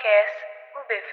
Podcast UBV.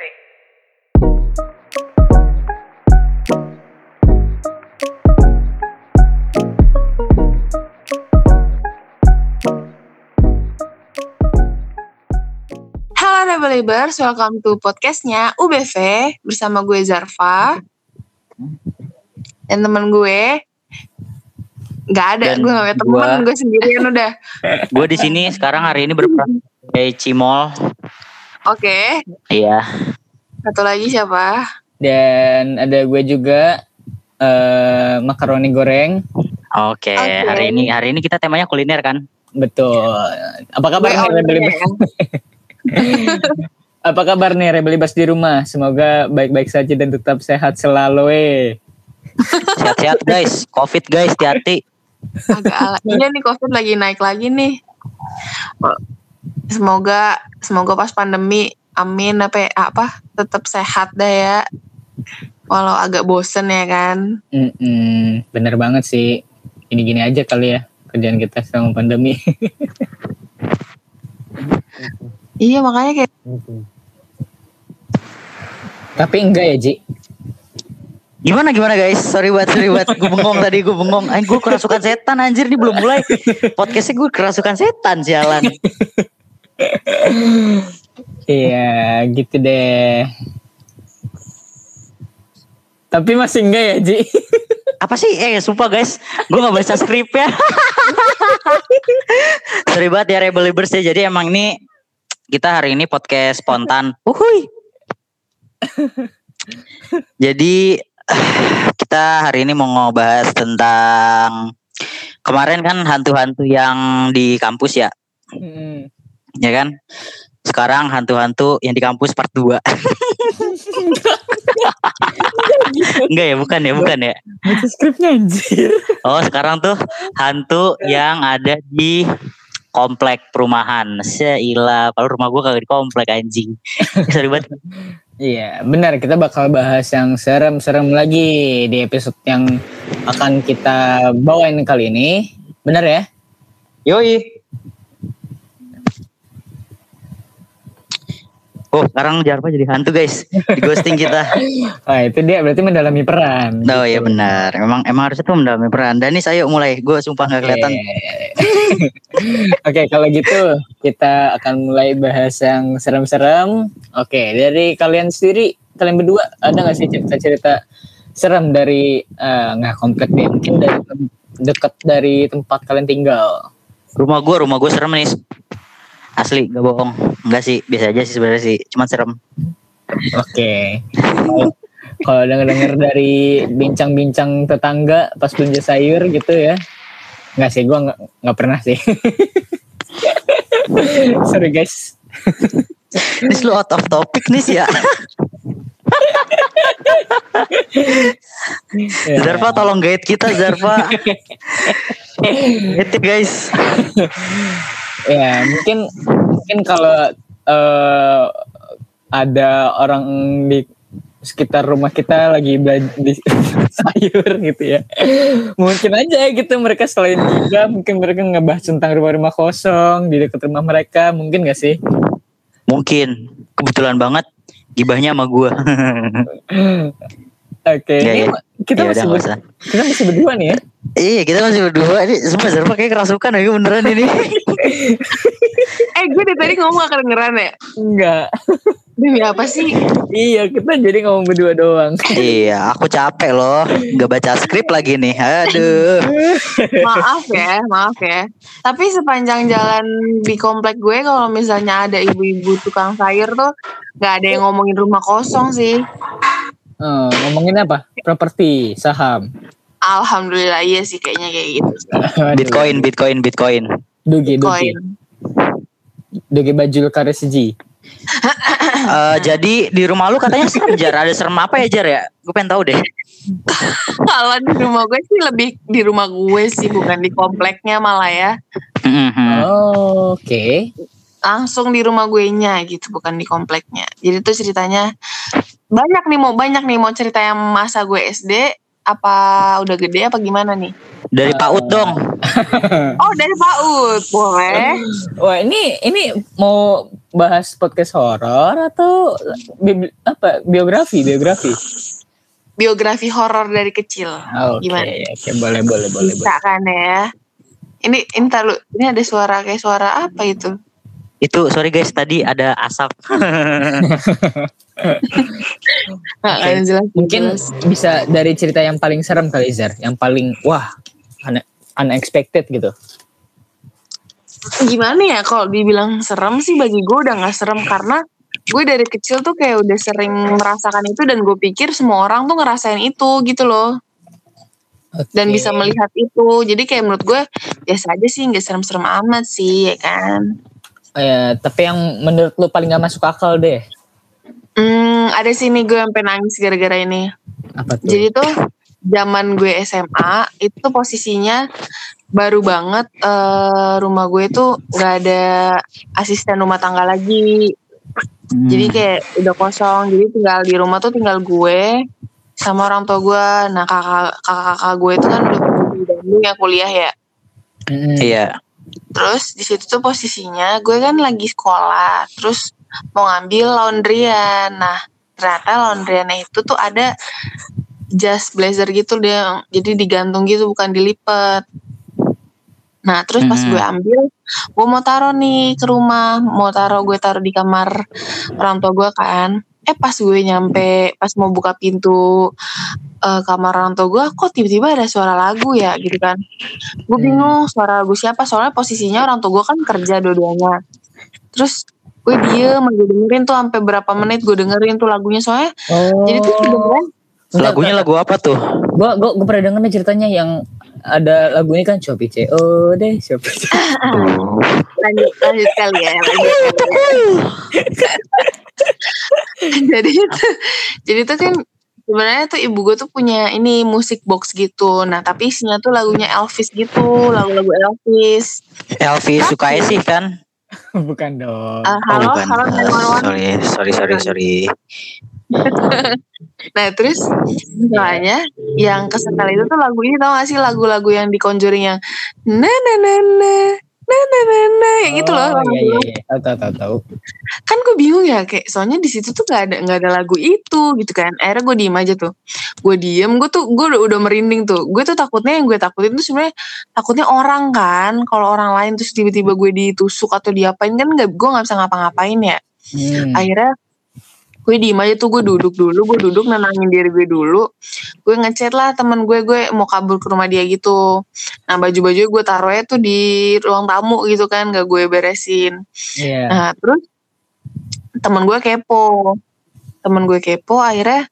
Halo Rebelibers, welcome to podcastnya UBV bersama gue Zarfa dan temen gue. Gak ada, gue gak punya temen, gue sendirian udah. Gue di sini sekarang hari ini berperan sebagai Cimol. Oke. Iya. Satu lagi siapa? Dan ada gue juga makaroni goreng. Oke. Hari ini kita temanya kuliner kan? Betul. Apa kabar nih Rebelibers? Apa kabar nih Rebelibers di rumah? Semoga baik-baik saja dan tetap sehat selalu. Sehat-sehat guys. Covid guys, hati-hati. Agak ala. Iya nih COVID lagi naik lagi nih. Semoga pas pandemi, amin apa tetap sehat dah ya. Walau agak bosen ya kan. Bener banget sih. Gini-gini aja kali ya kerjaan kita selama pandemi. Iya makanya kayak. Tapi enggak ya Ji. Gimana guys? Sorry buat gue bengong tadi, gue bengong. Gue kerasukan setan anjir, ini belum mulai podcastnya gue kerasukan setan sialan. Iya gitu deh. Tapi masih enggak ya Ji? Apa sih? Sumpah guys, gue gak baca skrip ya. Sorry banget ya Rebelibers ya. Jadi emang ini kita hari ini podcast spontan. Uhuy. Jadi kita hari ini mau ngebahas tentang kemarin kan hantu-hantu yang di kampus ya. Ya kan? Sekarang hantu-hantu yang di kampus part 2. Enggak ya, bukan ya. Baca skripnya anjir. Oh, sekarang tuh hantu yang ada di komplek perumahan. Seilah, kalau rumah gue kagak di komplek anjing. Sorry banget. Iya, benar. Kita bakal bahas yang serem-serem lagi di episode yang akan kita bawain kali ini. Benar ya? Yoi. Oh, sekarang Jarfa jadi hantu guys. Di ghosting kita. Wah, itu dia berarti mendalami peran. Oh iya benar. Emang harusnya tuh mendalami peran. Danis ayo mulai. Gue sumpah gak kelihatan. Oke, kalau gitu kita akan mulai bahas yang serem-serem. Oke, dari kalian sendiri, kalian berdua ada gak sih cerita-cerita serem dari nggak komplek deh, mungkin dari dekat dari tempat kalian tinggal? Rumah gue serem nih. Asli, gak bohong. Enggak sih, biasa aja sih sebenarnya sih. Cuman serem. Oke. Kalau denger dari bincang-bincang tetangga pas belanja sayur gitu ya. Enggak sih, gue nggak pernah sih. Sorry guys. Ini lu out of topic nih sih ya. Zarfa tolong guide kita Zarfa. Gitu guys. Ya mungkin kalau ada orang di sekitar rumah kita lagi beli sayur gitu ya, mungkin aja gitu mereka selain juga mungkin mereka ngebahas tentang rumah-rumah kosong di dekat rumah mereka, mungkin gak sih? Mungkin, kebetulan banget gibahnya sama gue. Oke, kita masih berdua nih ya. Iya, kita masih berdua. Ini sumpah Zarfa kayak kerasukan ya, beneran ini. Gue dari tadi ngomong gak kedengeran ya? Enggak. Demi apa sih? Iya, kita jadi ngomong berdua doang. Iya, aku capek loh. Gak baca skrip lagi nih. Aduh. Maaf ya. Tapi sepanjang jalan di komplek gue, kalau misalnya ada ibu-ibu tukang sayur tuh gak ada yang ngomongin rumah kosong sih. Ngomongin apa? Properti, saham. Alhamdulillah iya sih kayaknya kayak gitu. Bitcoin. Doge Bajul Karesji. Jadi di rumah lu katanya serem Jar. Ada serem apa ya Jar ya? Gue pengen tahu deh. Kalau di rumah gue sih lebih di rumah gue sih, bukan di kompleknya malah ya. Oke. Langsung di rumah gue nya gitu, bukan di kompleknya. Jadi tuh ceritanya banyak nih mau cerita yang masa gue SD, apa udah gede apa gimana nih? Dari PAUD dong. Oh dari PAUD, boleh. Wah ini mau bahas podcast horor atau biografi? Biografi horor dari kecil. Gimana? Oke, boleh. Bisa kan ya? Ini ada suara kayak suara apa itu? Itu sorry guys, tadi ada asap. Mungkin bisa dari cerita yang paling serem kali Zar, yang paling unexpected gitu. Gimana ya, kalau dibilang serem sih bagi gue udah gak serem, karena gue dari kecil tuh kayak udah sering merasakan itu, dan gue pikir semua orang tuh ngerasain itu gitu loh. Dan bisa melihat itu. Jadi kayak menurut gue biasa aja sih, gak serem-serem amat sih ya kan. Tapi yang menurut lu paling gak masuk akal deh. Ada sih nih gue sampai nangis gara-gara ini. Apa tuh? Jadi tuh zaman gue SMA itu posisinya baru banget, rumah gue tuh nggak ada asisten rumah tangga lagi. Jadi kayak udah kosong. Jadi tinggal di rumah tuh tinggal gue sama orang tua gue. Nah kakak gue itu kan udah di Bandung ya kuliah ya. Iya. Terus di situ tuh posisinya gue kan lagi sekolah, terus mau ngambil laundryan. Nah ternyata laundryannya itu tuh ada jas blazer gitu deh, jadi digantung gitu bukan dilipet. Nah terus pas gue ambil, gue mau taruh nih ke rumah, gue taruh di kamar orang tua gue kan. Pas gue nyampe, pas mau buka pintu kamar orang tua gue, kok tiba-tiba ada suara lagu ya gitu kan. Gue bingung suara lagu siapa, soalnya posisinya orang tua gue kan kerja dua-duanya. Terus gue diem, gue dengerin tuh sampai berapa menit gue dengerin tuh lagunya, soalnya jadi tuh sebenarnya lagunya lagu apa tuh? Gue pernah denger nih ceritanya yang ada lagunya kan Shopee COD. Lanjut kali ya. Jadi tuh kan sebenarnya tuh ibu gue tuh punya ini musik box gitu. Nah tapi isinya tuh lagunya Elvis gitu, lagu-lagu Elvis. Elvis Sukaesih sih kan? Bukan dong. Halo. Sorry. Nah terus misalnya yang kesekali itu tuh lagu ini, tau gak sih lagu-lagu yang di Conjuring yang na yang gitu loh. Iya. Tahu. Kan gue bingung ya, kayak soalnya di situ tuh nggak ada lagu itu gitu kan. Akhirnya gue diem aja tuh. Gue diem, gue udah merinding tuh. Gue tuh takutnya, yang gue takutin tuh sebenarnya takutnya orang kan. Kalau orang lain terus tiba-tiba gue ditusuk atau diapain kan, gue nggak bisa ngapa-ngapain ya. Akhirnya gue diem aja tuh, gue duduk nenangin diri gue dulu. Gue ngechat lah temen gue mau kabur ke rumah dia gitu. Nah baju-baju gue taruhnya tuh di ruang tamu gitu kan, gak gue beresin. Nah terus temen gue kepo akhirnya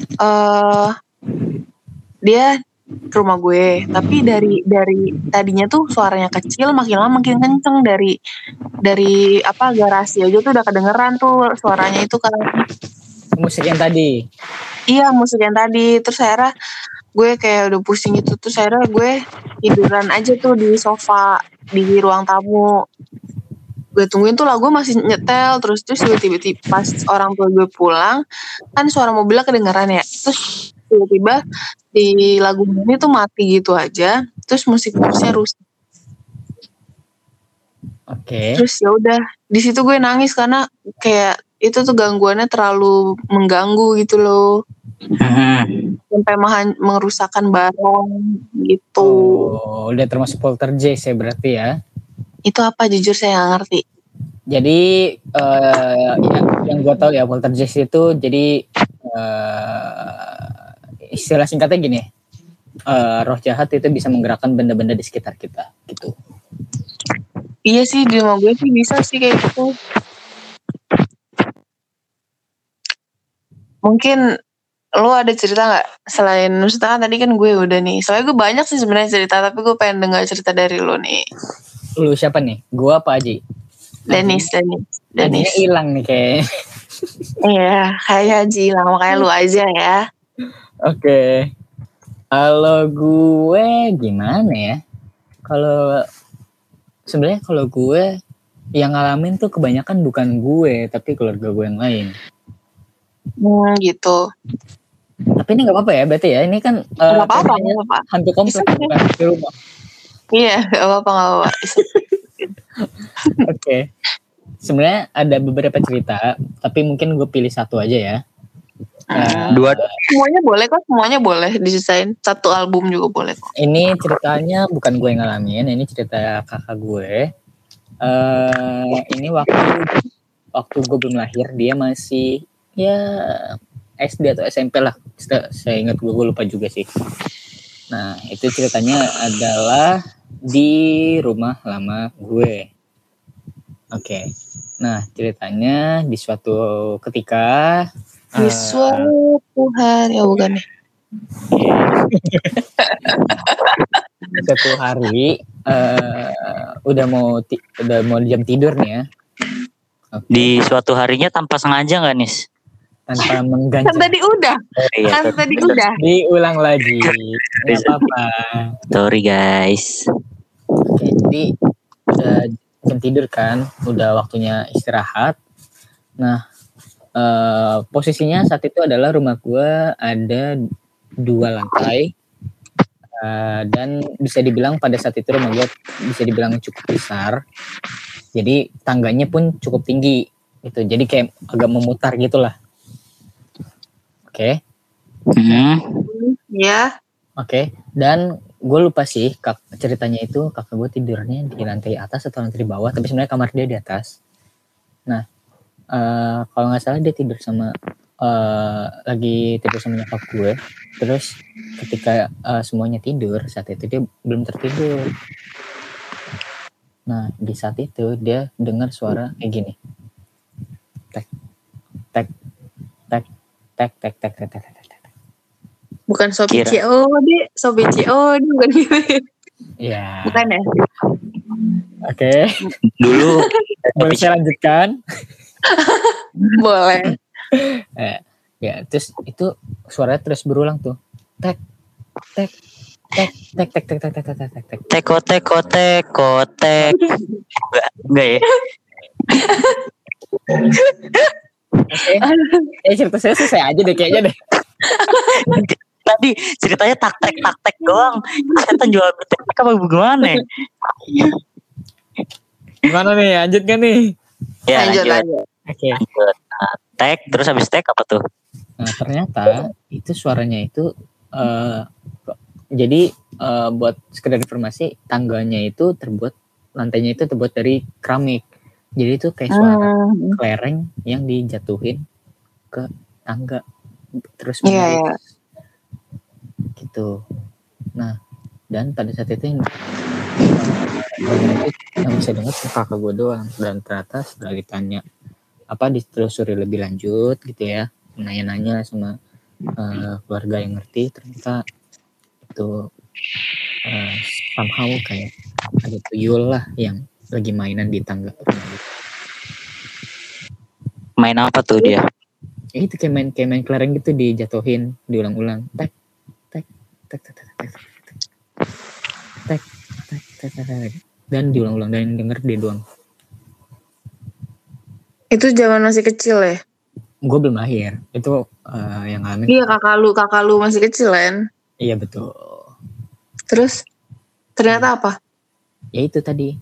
dia ke rumah gue, tapi dari tadinya tuh suaranya kecil, makin lama makin kenceng. Dari garasi aja tuh udah kedengeran tuh suaranya itu kan, musik yang tadi. Iya musik yang tadi. Terus akhirnya gue kayak udah pusing gitu, terus akhirnya gue tiduran aja tuh di sofa di ruang tamu. Gue tungguin tuh lagu masih nyetel terus tiba-tiba pas orang tua gue pulang kan suara mobilnya kedengeran ya, terus tiba-tiba di lagu ini tuh mati gitu aja, terus musik boxnya rusak. Terus ya udah di situ gue nangis karena kayak itu tuh gangguannya terlalu mengganggu gitu loh, sampai merusakkan barang gitu. Udah termasuk poltergeist ya berarti ya. Itu apa, jujur saya nggak ngerti. Jadi yang gue tahu ya poltergeist itu jadi istilah singkatnya gini, roh jahat itu bisa menggerakkan benda-benda di sekitar kita gitu. Iya sih, di rumah gue sih bisa sih kayak gitu. Mungkin lo ada cerita nggak selain Nusantara tadi kan gue udah nih, soalnya gue banyak sih sebenarnya cerita, tapi gue pengen dengar cerita dari lo nih. Lu siapa nih? Gue apa Aji? Dennis. Hilang nih kayaknya. Iya, kayak Haji hilang, makanya lu aja ya. Oke. Kalau gue gimana ya? Sebenarnya kalau gue yang ngalamin tuh kebanyakan bukan gue, tapi keluarga gue yang lain. Gitu. Tapi ini nggak apa-apa ya, berarti ya. Ini kan nggak apa-apa. Hantu kompleks bukan di rumah. Iya, nggak apa-apa. Oke. sebenarnya ada beberapa cerita, tapi mungkin gue pilih satu aja ya. Dua. Semuanya boleh kok, semuanya boleh disisain. Satu album juga boleh kok. Ini ceritanya bukan gue yang ngalamin, ini cerita kakak gue. Ini waktu gue belum lahir, dia masih ya SD atau SMP lah. Saya ingat gue lupa juga sih. Nah, itu ceritanya adalah di rumah lama gue. Oke. Nah, ceritanya di suatu ketika Di suatu hari, ya bukan ya? Suatu hari udah mau jam tidur nih ya. Okay. Di suatu harinya tanpa sengaja nggak nih? Tanpa mengganjal. Kan tadi udah. Diulang lagi. Nggak apa-apa. Sorry guys. Oke, jadi udah jam tidur kan, udah waktunya istirahat. Nah, posisinya saat itu adalah rumah gue ada 2 lantai. Dan bisa dibilang pada saat itu rumah gue bisa dibilang cukup besar. Jadi tangganya pun cukup tinggi gitu. Jadi kayak agak memutar gitulah. Oke. Ya. Oke. Dan gue lupa sih ceritanya itu kakak gue tidurnya di lantai atas atau lantai bawah. Tapi sebenarnya kamar dia di atas. Nah, kalau nggak salah dia tidur sama lagi tidur sama nyokap gue. Terus ketika semuanya tidur, saat itu dia belum tertidur. Nah, di saat itu dia dengar suara kayak gini. Tek, tek, tek, tek, tek, tek, tek, tek, tek. Bukan Sobi COD, Sobi COD bukan gitu. Iya. Bukan ya? Oke. Dulu boleh saya lanjutkan? Boleh. Ya, terus itu suaranya terus berulang tuh. Tek, tek, tek, tek, tek, tek, tek, tek, tek, tek, tek. Teko, teko, teko, tek. Enggak ya? Oke. Cerita saya selesai aja deh kayaknya deh. Tadi ceritanya tak tek doang. Kita jual tek apa gimana? Gimana nih? Lanjut kan nih? Ya, lanjut. Oke. Tek, terus habis tek apa tuh? Nah, ternyata itu suaranya itu jadi buat sekedar informasi, tangganya itu lantainya itu terbuat dari keramik. Jadi itu kayak suara kelereng yang dijatuhin ke tangga terus menerus. Gitu. Nah, dan pada saat itu yang bisa dengar kakak gue doang. Dan ternyata setelah ditanya ditelusuri lebih lanjut gitu ya, nanya-nanya sama keluarga yang ngerti, ternyata itu somehow kayak ada tuyul lah yang lagi mainan di tangga. Main apa tuh dia? Itu kayak main kelereng gitu, dijatuhin, diulang-ulang, tek tek tek tek tek tek tek tek tek, dan diulang-ulang, dan yang denger dia doang. Itu zaman masih kecil ya? Gue belum lahir. Itu yang ngalamin. Iya, kakak lu masih kecil kan? Iya betul. Terus ternyata apa? Ya itu tadi.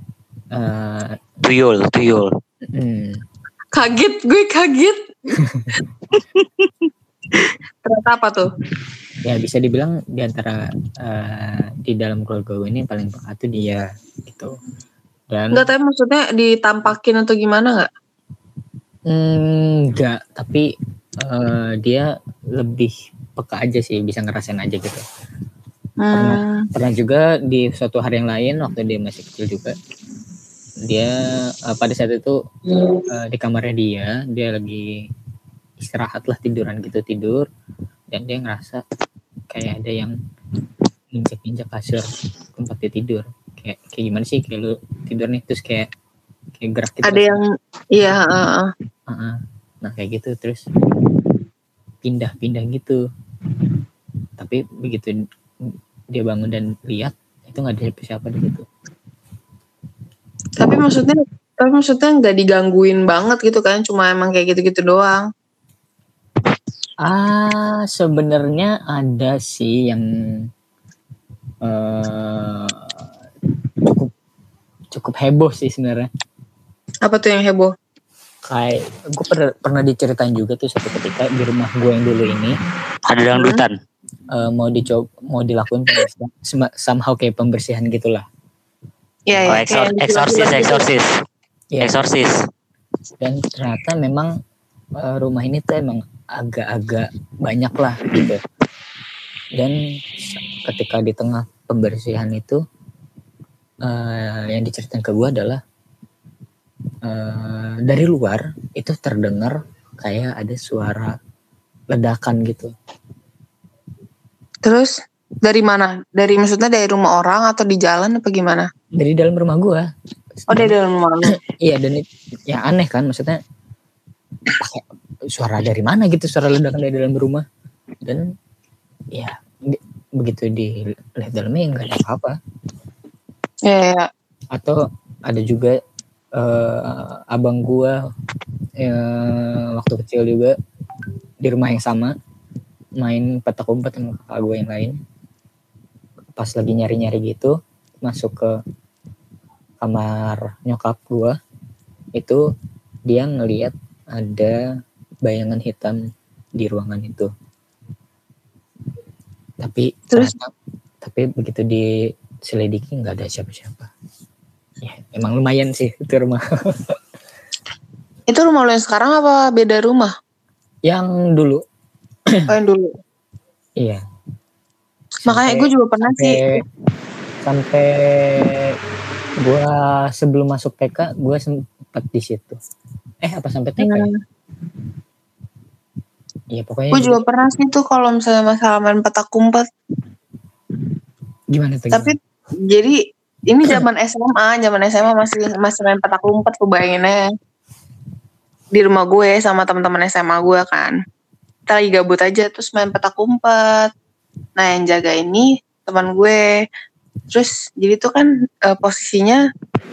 Tuyul. Gue kaget. Ternyata apa tuh? Ya bisa dibilang di antara di dalam keluarga gue ini paling peka tuh dia gitu. Dan enggak, tapi maksudnya ditampakin atau gimana enggak? Enggak, tapi dia lebih peka aja sih, bisa ngerasain aja gitu. Pernah juga di suatu hari yang lain waktu dia masih kecil juga, dia pada saat itu di kamarnya dia lagi istirahat lah, tiduran gitu, tidur, dan dia ngerasa kayak ada yang injak kasur tempat dia tidur. Kayak gimana sih, kayak lu tidur nih terus kayak gerak gitu. Ada yang iya, nah kayak gitu, terus pindah gitu. Tapi begitu dia bangun dan lihat, itu nggak ada siapa di situ. Tapi maksudnya nggak digangguin banget gitu kan? Cuma emang kayak gitu-gitu doang. Sebenarnya ada sih yang cukup heboh sih sebenarnya. Apa tuh yang heboh? Kayak gue pernah diceritain juga tuh satu ketika di rumah gue yang dulu ini Ada dangdutan. mau dilakuin pembersihan, somehow kayak pembersihan gitulah. Iya, Oh, eksorsis. Ya. Eksorsis. Dan ternyata memang rumah ini tuh emang agak-agak banyak lah gitu. Dan ketika di tengah pembersihan itu yang diceritain ke gue adalah dari luar itu terdengar kayak ada suara ledakan gitu. Terus dari mana? Maksudnya dari rumah orang atau di jalan apa gimana? Dari dalam rumah gue. Oh, dari dalam rumah lu. Iya, dan yang aneh kan, maksudnya suara dari mana gitu, suara ledakan dari dalam rumah. Dan ya begitu dilihat dalamnya nggak ada apa-apa. Iya. Atau ada juga abang gua waktu kecil juga di rumah yang sama main petak umpet sama kakak gue yang lain. Pas lagi nyari-nyari gitu masuk ke kamar nyokap gua, itu dia ngelihat ada bayangan hitam di ruangan itu. Tapi begitu diselidiki nggak ada siapa-siapa. Ya, emang lumayan sih itu rumah. Itu rumah lo yang sekarang apa beda rumah? Yang dulu. Oh, yang dulu. Iya. Makanya gue juga pernah sih. Sampai gue sebelum masuk TK gue sempat di situ. Apa sampai TK? Iya pokoknya. Gue juga pernah sih tuh kalau misalnya masalah main petak umpet. Gimana tuh? Tapi jadi ini zaman SMA masih main petak umpet, gue bayanginnya di rumah gue sama teman-teman SMA gue kan. Kita lagi gabut aja terus main petak umpet. Nah yang jaga ini teman gue. Terus jadi tuh kan posisinya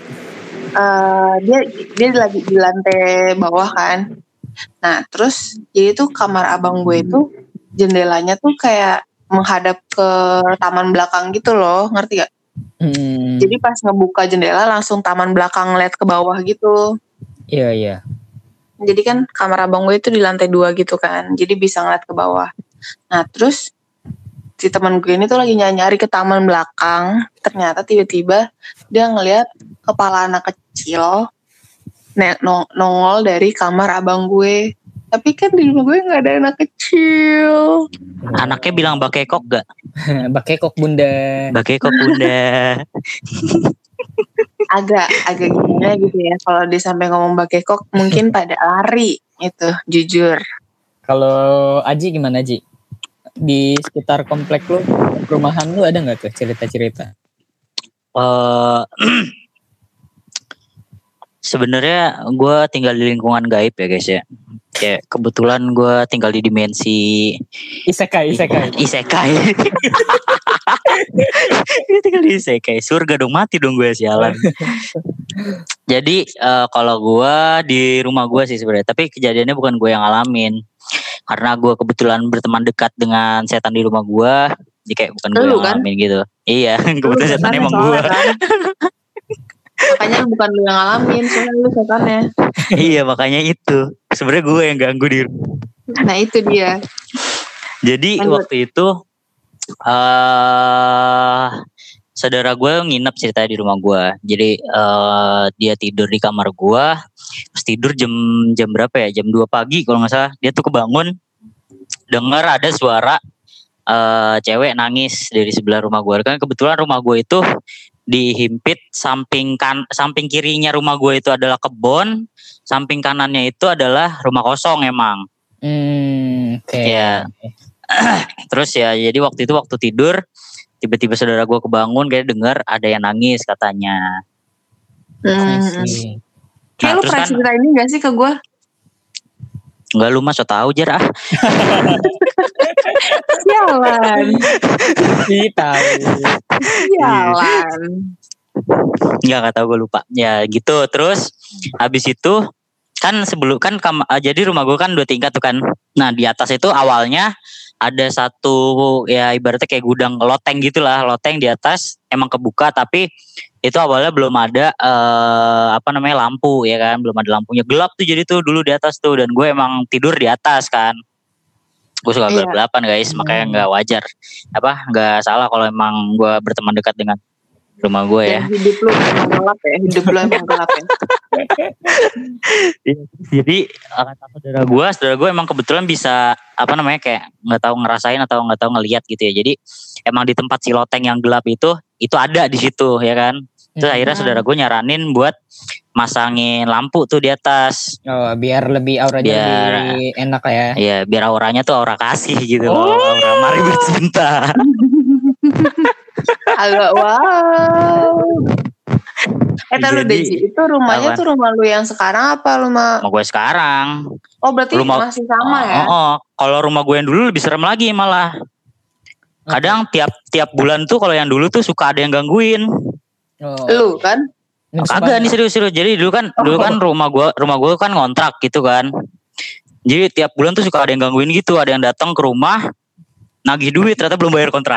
dia lagi di lantai bawah kan. Nah terus jadi tuh kamar abang gue itu jendelanya tuh kayak menghadap ke taman belakang gitu loh, ngerti gak? Jadi pas ngebuka jendela langsung taman belakang lihat ke bawah gitu. Iya. Jadi kan kamar abang gue itu di lantai 2 gitu kan, jadi bisa ngeliat ke bawah. Nah terus si teman gue ini tuh lagi nyari ke taman belakang, ternyata tiba-tiba dia ngeliat kepala anak kecil nongol dari kamar abang gue. Tapi kan di rumah gue nggak ada anak kecil. Anaknya bilang bakekok gak? Bakekok bunda. agak gimana gitu ya. Kalau dia sampai ngomong bakekok mungkin pada lari itu, jujur. Kalau Aji gimana Aji? Di sekitar komplek lu, perumahan lu ada nggak tuh cerita-cerita? Sebenarnya gue tinggal di lingkungan gaib ya guys ya. Kayak kebetulan gue tinggal di dimensi Isekai. Tinggal di isekai. Surga dong, mati dong gue, sialan. Jadi kalau gue di rumah gue sih sebenarnya, tapi kejadiannya bukan gue yang ngalamin. Karena gue kebetulan berteman dekat dengan setan di rumah gue, jadi kayak bukan gue yang ngalamin gitu. Iya, kebetulan setannya emang gue. Kan? Makanya bukan lu yang ngalamin, soalnya lu setannya. Iya, makanya itu. Sebenarnya gue yang ganggu di rumah. Nah itu dia. Jadi waktu itu saudara gue nginep ceritanya di rumah gue. Jadi dia tidur di kamar gue. Terus tidur jam berapa ya? Jam 2 pagi kalau gak salah. Dia tuh kebangun dengar ada suara cewek nangis dari sebelah rumah gue. Kan kebetulan rumah gue itu dihimpit samping kirinya rumah gue itu adalah kebun. Samping kanannya itu adalah rumah kosong emang. Okay. Ya. Terus ya jadi waktu tidur tiba-tiba saudara gue kebangun kayak dengar ada yang nangis katanya. Kayak lu pernah cerita ini gak sih ke gue? Enggak, lu mah so tau Jar. Sialan. Sialan. Enggak tahu, gue lupa. Ya gitu. Terus habis itu kan jadi rumah gue kan 2 tingkat tuh kan. Nah di atas itu awalnya ada satu ya ibaratnya kayak gudang loteng gitulah, loteng di atas emang kebuka tapi itu awalnya belum ada lampu ya kan, belum ada lampunya, gelap tuh jadi tuh dulu di atas tuh, dan gue emang tidur di atas kan. Gue suka gelap-gelapan guys, makanya nggak wajar nggak salah kalau emang gue berteman dekat dengan rumah gue ya. Hidup lu emang gelap ya, hidup lu emang gelap ya. Jadi kata saudara gue emang kebetulan bisa kayak nggak tahu ngerasain atau nggak tahu ngelihat gitu ya. Jadi emang di tempat si loteng yang gelap itu ada di situ ya kan. Terus akhirnya saudara gue nyaranin buat masangin lampu tuh di atas. Oh, biar lebih auranya lebih enak ya. Iya, biar auranya tuh aura kasih gitu loh. Aura mari bercinta. Agak wow. Taruh deh sih, itu rumahnya tuh rumah lu yang sekarang apa rumah gue sekarang? Oh berarti masih sama ya? Kalau rumah gue yang dulu lebih serem lagi malah. Kadang tiap bulan tuh kalau yang dulu tuh suka ada yang gangguin. Lu kan? Kagak nih serius. Jadi dulu kan rumah gue kan ngontrak gitu kan. Jadi tiap bulan tuh suka ada yang gangguin gitu, ada yang datang ke rumah nagih duit ternyata belum bayar kontrak.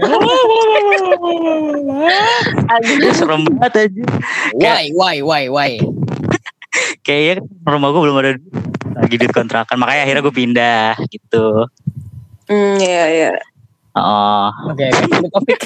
Serem banget aja. Why? Kayaknya rumah gue belum ada lagi duit kontrakan, makanya akhirnya gue pindah gitu. Iya. Oh. Oke, topik.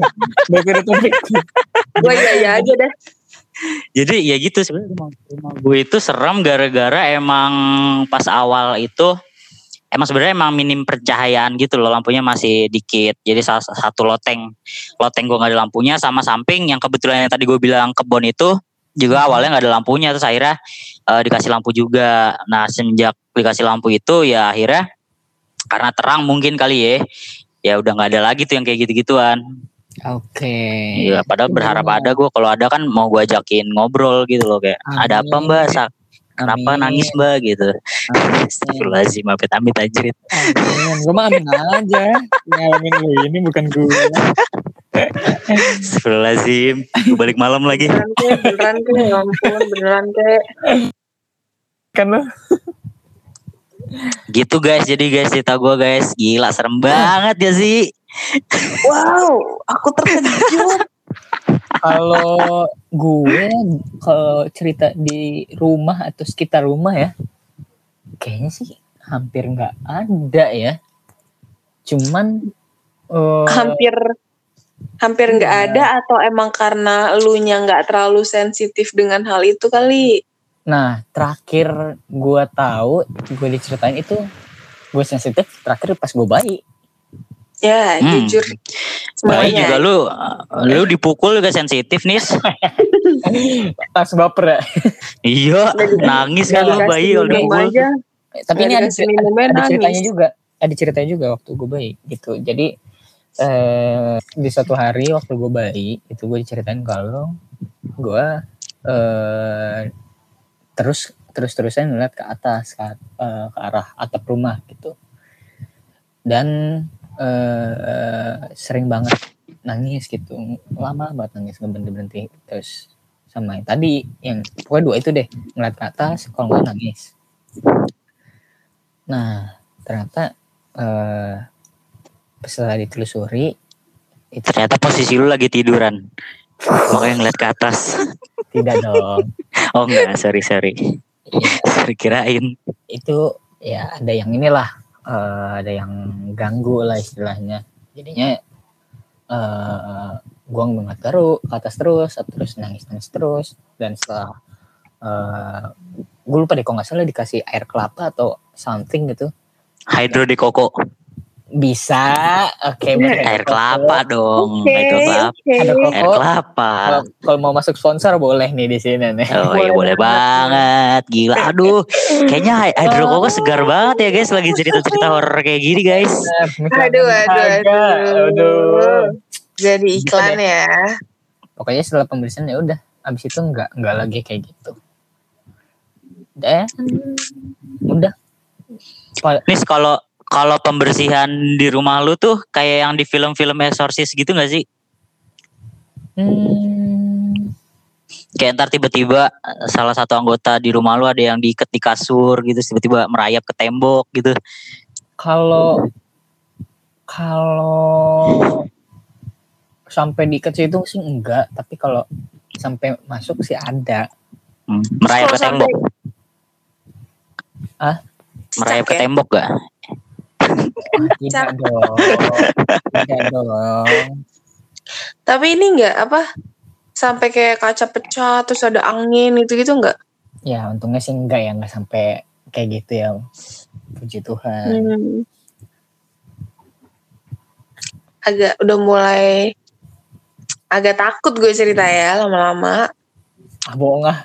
Gue ya aja deh. Jadi ya gitu sebenarnya rumah gue itu serem gara-gara emang pas awal itu emang minim pencahayaan gitu loh, lampunya masih dikit. Jadi salah satu loteng gue nggak ada lampunya, sama samping yang kebetulan yang tadi gue bilang kebon itu juga awalnya nggak ada lampunya, terus akhirnya dikasih lampu juga. Nah semenjak dikasih lampu itu ya akhirnya karena terang mungkin kali ya udah nggak ada lagi tuh yang kayak gitu-gituan. Oke. Iya, padahal berharap ada gue, kalau ada kan mau gue ajakin ngobrol gitu loh, kayak ada apa mbak, kenapa nangis mbak gitu. Astagfirullahaladzim, amit anjir. Gue mah amin aja, ngalamin lu ini bukan gue. Astagfirullahaladzim, gue balik malam lagi. Beneran ke. Kan lo. Gitu guys, jadi guys cerita gue guys, gila serem banget ya sih. Wow, aku terkejut. Kalau gue cerita di rumah atau sekitar rumah ya, kayaknya sih hampir nggak ada ya. Cuman hampir nggak ada, atau emang karena elunya nggak terlalu sensitif dengan hal itu kali. Nah terakhir gue tahu, gue diceritain itu gue sensitif terakhir pas gue bayi. Ya jujur bayi juga lu dipukul juga sensitif nih. Langsung baper ya. Iya, nangis kan lu bayi kalau dipukul. Tapi ini ada ceritanya juga waktu gue bayi gitu. Jadi di suatu hari waktu gue bayi itu gue diceritain kalau gue terus-terusan ngeliat ke atas ke arah atap rumah gitu. Dan sering banget nangis gitu, lama banget nangis nggak berhenti. Terus sama yang tadi yang pokoknya dua itu deh, ngeliat ke atas kalau nggak nangis. Nah ternyata setelah ditelusuri itu ternyata posisi lu lagi tiduran makanya ngeliat ke atas. Tidak dong. Oh enggak, sorry ya. Kirain itu ya ada yang inilah, ada yang ganggu lah istilahnya. Jadinya gue ngeliat ke atas terus nangis terus. Dan setelah gue lupa deh, kalau nggak salah dikasih air kelapa atau something gitu, hydro de coco bisa. Oke, air kelapa dong. Ada air kelapa. Kalau mau masuk sponsor boleh nih di sini nih. Oh iya boleh banget. Gila, aduh. Kayaknya hydro coco segar banget ya guys, lagi cerita-cerita horor kayak gini guys. Aduh. Jadi iklan ya. Pokoknya setelah pembersihan ya udah, abis itu nggak lagi kayak gitu. Dan udah. Nis, kalau pembersihan di rumah lu tuh kayak yang di film-film eksorsis gitu gak sih? Kayak ntar tiba-tiba salah satu anggota di rumah lu ada yang diikat di kasur gitu, tiba-tiba merayap ke tembok gitu. Kalau sampai diikat situ sih enggak, tapi kalau sampai masuk sih ada. Merayap ke tembok. Merayap ke ya? tembok gak? Tidak dong. Tidak dong. Tapi ini enggak sampai kayak kaca pecah terus ada angin gitu enggak? Ya untungnya sih enggak ya, enggak sampai kayak gitu ya. Puji Tuhan. Udah mulai agak takut gue cerita ya lama-lama. Bohong ah.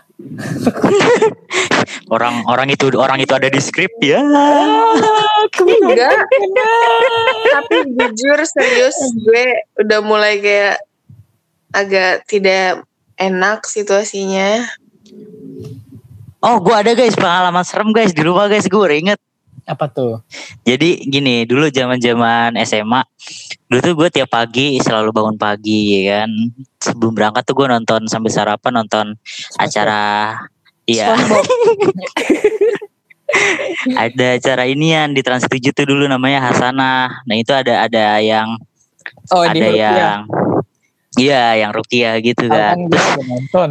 orang itu ada di skrip ya. Enggak. Tapi jujur serius gue udah mulai kayak agak tidak enak situasinya. Oh, gue ada guys pengalaman serem guys di rumah guys, gue baru inget. Apa tuh? Jadi gini, dulu zaman SMA, dulu tuh gue tiap pagi selalu bangun pagi ya kan. Sebelum berangkat tuh gue nonton sambil sarapan, nonton acara, iya. Ada acara inian di Trans 7 tuh dulu namanya Hasanah. Nah itu ada yang ada yang iya yang Rukiah gitu kan. Terus nonton.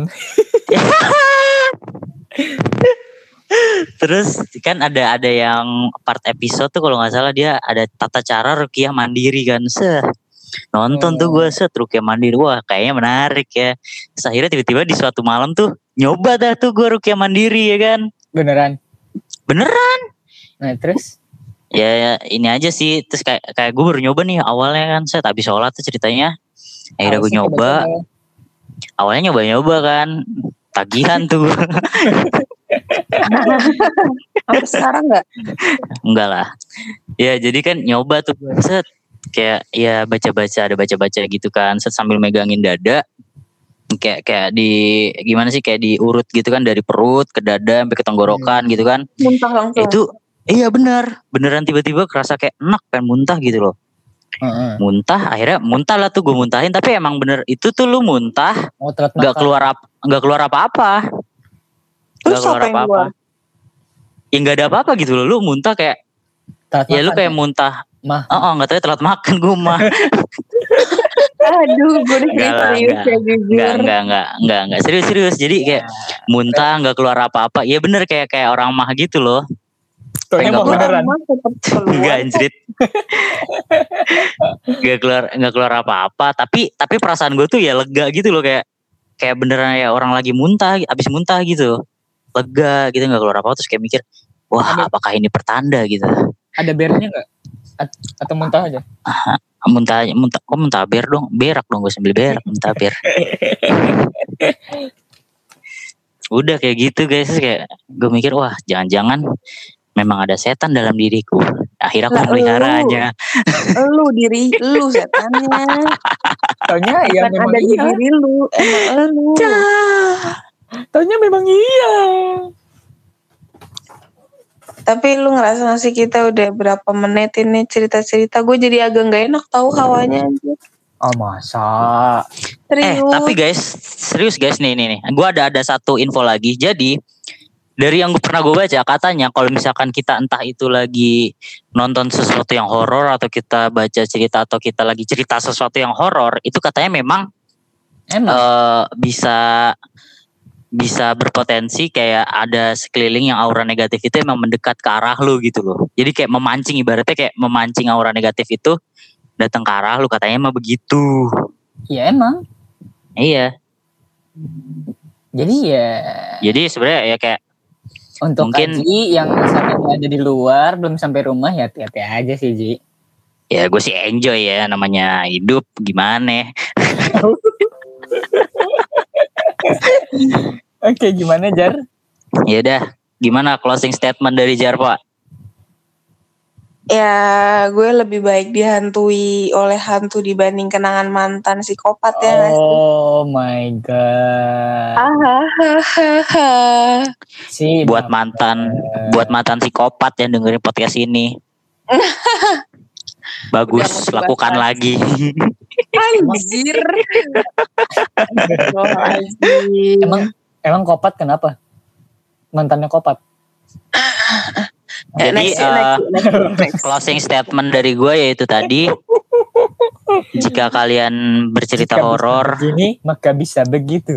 Terus kan ada yang part episode tuh kalau nggak salah dia ada tata cara rukiah mandiri kan. Nonton tuh gue rukiah mandiri, wah kayaknya menarik ya. Terus akhirnya tiba-tiba di suatu malam tuh nyoba dah tuh gue rukiah mandiri ya kan. Beneran. Nah terus? Ya ini aja sih. Terus kayak gue baru nyoba nih awalnya kan. Habis sholat tuh ceritanya. Akhirnya gue nyoba. Awalnya nyoba kan. Tagihan tuh. Sampai sekarang enggak lah ya, jadi kan nyoba tuh kayak ya baca-baca gitu kan, sambil megangin dada kayak di gimana sih, kayak diurut gitu kan dari perut ke dada sampai ke tenggorokan gitu kan, muntah langsung. Itu iya beneran tiba-tiba kerasa kayak enak pengen muntah gitu loh. Muntah, akhirnya muntah lah tuh gue muntahin, tapi emang bener itu tuh lu muntah nggak keluar apa-apa. Terus apa yang keluar? Ya nggak ada apa-apa gitu loh, lu muntah kayak telat ya lu kayak ya? Muntah nggak tahu telat makan gue mah. Aduh, gue serius ya jujur. Enggak serius. Jadi kayak muntah nggak keluar apa-apa. Ya bener kayak orang mah gitu loh. Kayaknya mau beneran. Enggak anjrit. Enggak keluar apa-apa, tapi perasaan gue tuh ya lega gitu loh, kayak beneran ya orang lagi muntah, abis muntah gitu. Lega gitu, nggak keluar apa-apa, terus kayak mikir, wah apakah ini pertanda gitu. Ada bernya nggak? Atau muntah aja? Muntah berak dong gue sambil berak, muntah ber. Udah kayak gitu guys, kayak gue mikir wah jangan-jangan memang ada setan dalam diriku. Akhirnya aku meliharanya. Lu setannya. Taunya ya memang ada di diri lu, emang lu. Taunya memang iya. Tapi lu ngerasa gak sih kita udah berapa menit ini cerita-cerita, gue jadi agak gak enak tahu hawanya aja. Oh masa? Serius. Tapi guys, serius guys nih. Gue ada satu info lagi. Jadi dari yang pernah gue baca katanya kalau misalkan kita entah itu lagi nonton sesuatu yang horor atau kita baca cerita atau kita lagi cerita sesuatu yang horor, itu katanya memang bisa berpotensi kayak ada sekeliling yang aura negatif itu emang mendekat ke arah lu gitu loh. Jadi kayak memancing, ibaratnya kayak memancing aura negatif itu datang ke arah lu, katanya emang begitu. Iya emang. Iya. Jadi sebenarnya ya kayak untuk mungkin Aji yang misalnya ada di luar belum sampai rumah ya hati-hati aja sih Ji. Ya gue sih enjoy ya, namanya hidup gimana. Oke, gimana Jar? Ya udah, gimana closing statement dari Jar, Pak? Ya, gue lebih baik dihantui oleh hantu dibanding kenangan mantan psikopat ya. Oh my god. Buat mantan psikopat yang dengerin podcast ini. Bagus, lakukan lagi. Anjir. Emang kopat kenapa? Mantannya kopat. Jadi next. Closing statement dari gue yaitu tadi Jika kalian bercerita horor, begini maka bisa begitu.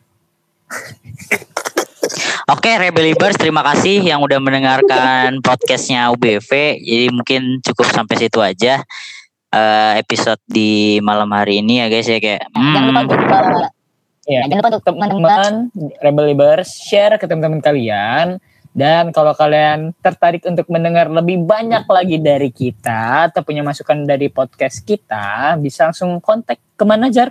Oke, Rebelibers, terima kasih yang udah mendengarkan podcastnya UBV. Jadi mungkin cukup sampai situ aja episode di malam hari ini ya guys ya kayak. Jangan lupa untuk teman-teman Rebelibers share ke teman-teman kalian. Dan kalau kalian tertarik untuk mendengar lebih banyak lagi dari kita atau punya masukan dari podcast kita, bisa langsung kontak kemana, Jar?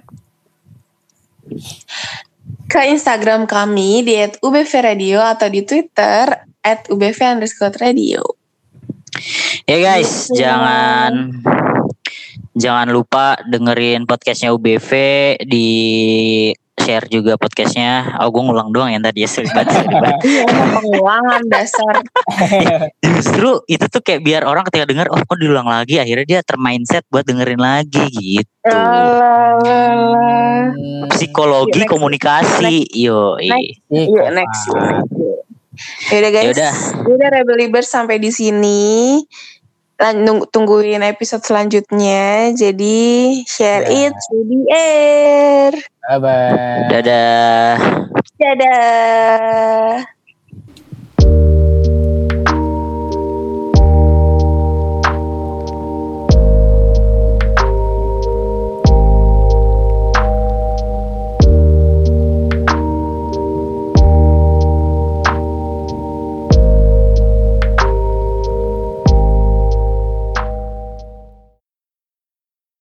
Ke Instagram kami di @ubvradio atau di Twitter @ubv_radio. Ya guys, jangan lupa dengerin podcastnya UBV, di share juga podcastnya. Gue ngulang doang ya tadi ya, seribet. Iya, pengulangan dasar. Justru itu tuh kayak biar orang ketika denger, oh kok diulang lagi, akhirnya dia termindset buat dengerin lagi gitu. Psikologi Next. komunikasi. Next. Yaudah guys. Yaudah Rebelibers, sampai di sini. Tungguin episode selanjutnya. Jadi share it to the air. Bye-bye. Dadah. Dadah.